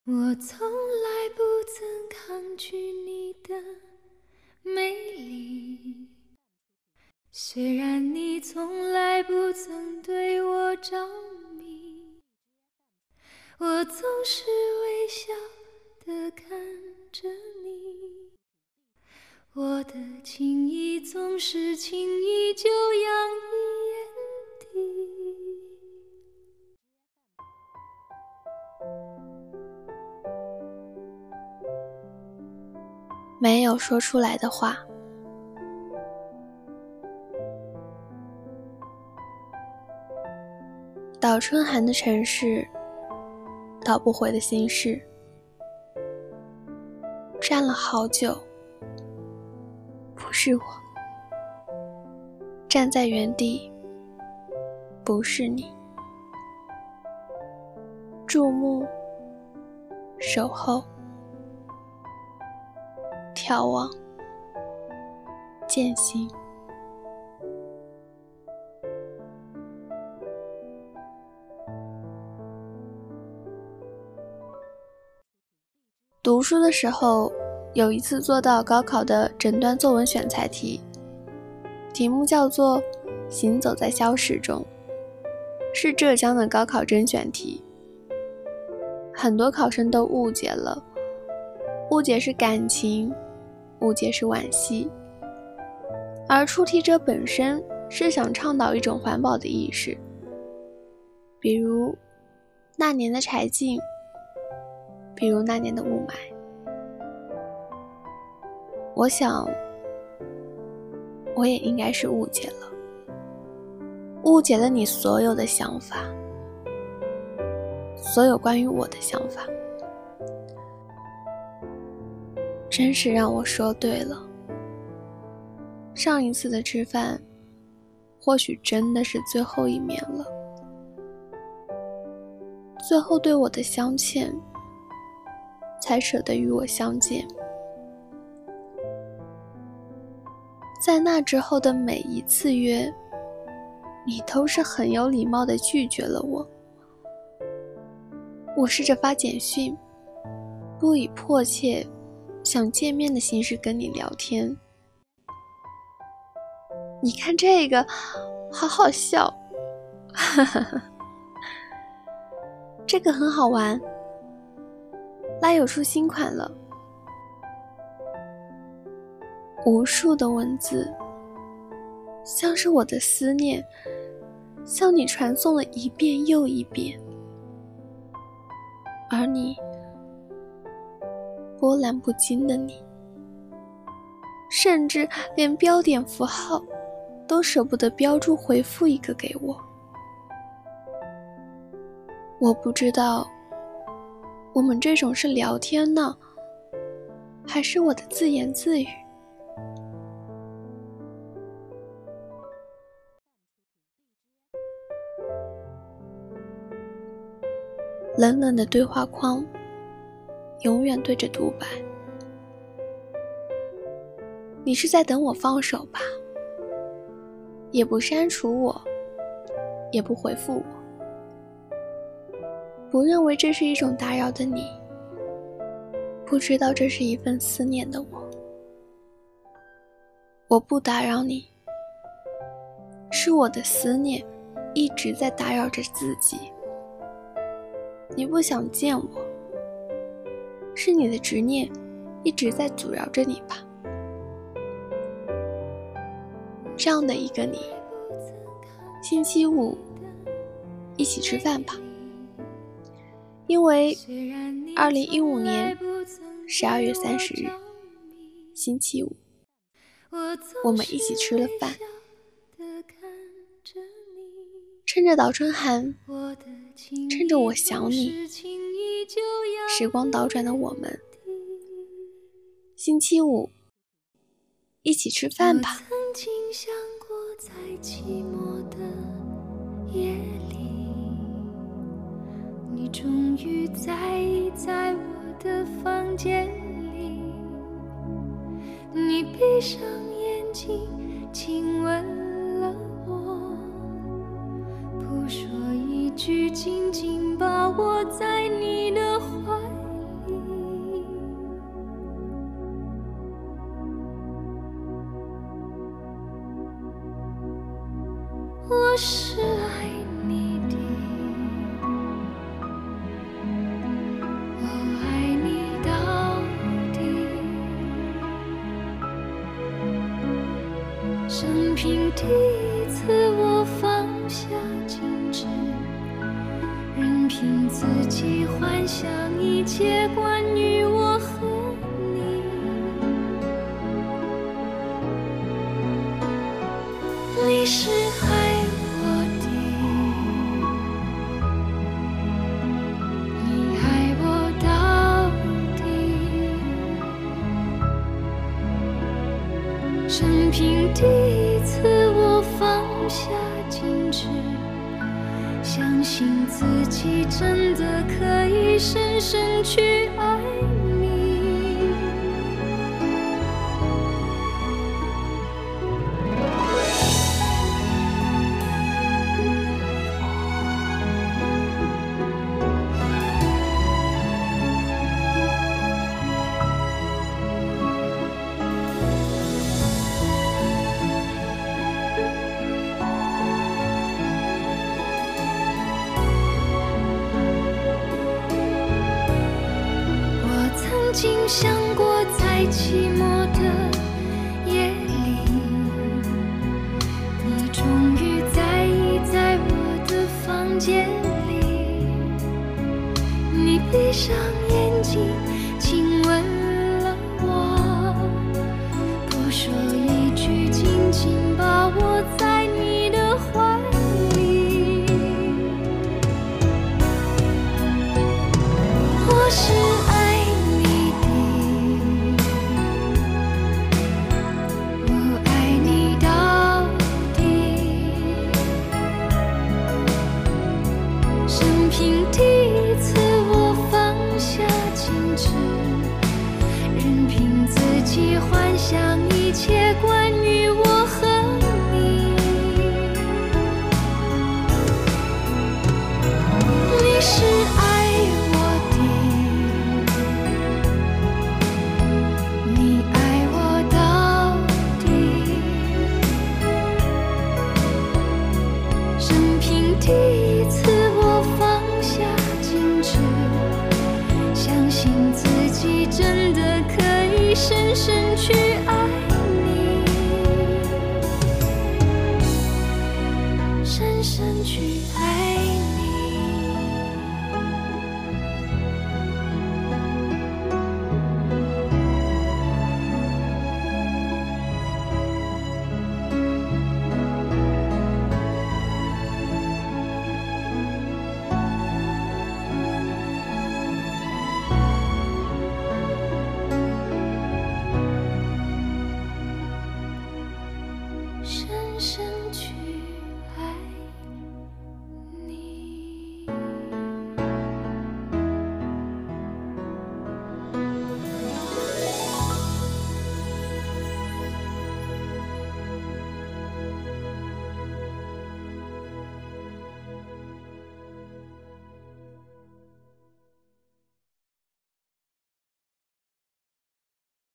我从来不曾抗拒你的美丽，虽然你从来不曾对我着迷，我总是微笑地看着你，我的情意总是轻易就洋溢眼底。 没有说出来的话。倒春寒的城市，倒不回的心事，站了好久，不是我，站在原地，不是你，注目，守候，眺望，践行。读书的时候，有一次做到高考的诊断作文选材题，题目叫做《行走在消逝中》，是浙江的高考甄选题。很多考生都误解了，误解是感情，误解是惋惜，而出题者本身是想倡导一种环保的意识，比如那年的柴静，比如那年的雾霾。我想我也应该是误解了，误解了你所有的想法，所有关于我的想法。真是让我说对了，上一次的吃饭或许真的是最后一面了，最后对我的相欠才舍得与我相见。在那之后的每一次约，你都是很有礼貌地拒绝了我。我试着发简讯，不以迫切想见面的形式跟你聊天。你看这个好好笑，这个很好玩，拉有出新款了。无数的文字像是我的思念，向你传送了一遍又一遍，而你波澜不惊的你，甚至连标点符号都舍不得标注回复一个给我。我不知道我们这种是聊天呢，还是我的自言自语。冷冷的对话框永远对着独白。你是在等我放手吧？也不删除我，也不回复我，不认为这是一种打扰的你，不知道这是一份思念的我。我不打扰你，是我的思念一直在打扰着自己。你不想见我，是你的执念一直在阻挠着你吧。这样的一个你，星期五一起吃饭吧，因为2015年12月30日星期五，我们一起吃了饭。趁着倒春寒，趁着我想你，时光倒转的我们，星期五一起吃饭吧。 我曾经想过，在寂寞的夜里，你终于在意在我的房间里，你闭上眼睛亲吻了我，不说一句，紧紧把我在你的怀凭第一次我放下矜持，任凭自己幻想一切关于我和你。你是爱我的，你爱我到底，任凭第一次我放下矜持，相信自己真的可以深深去爱你。曾经想过，在寂寞的夜里，你终于在意在我的房间里。你闭上眼睛，亲吻了我，不说一句，紧紧把我在你的怀里。我是爱凭第一次我放下矜持，任凭自己幻想一切关于我和你。你是爱我的，你爱我到底，任凭第一次我放下矜持，相信自己真的可以深深去爱。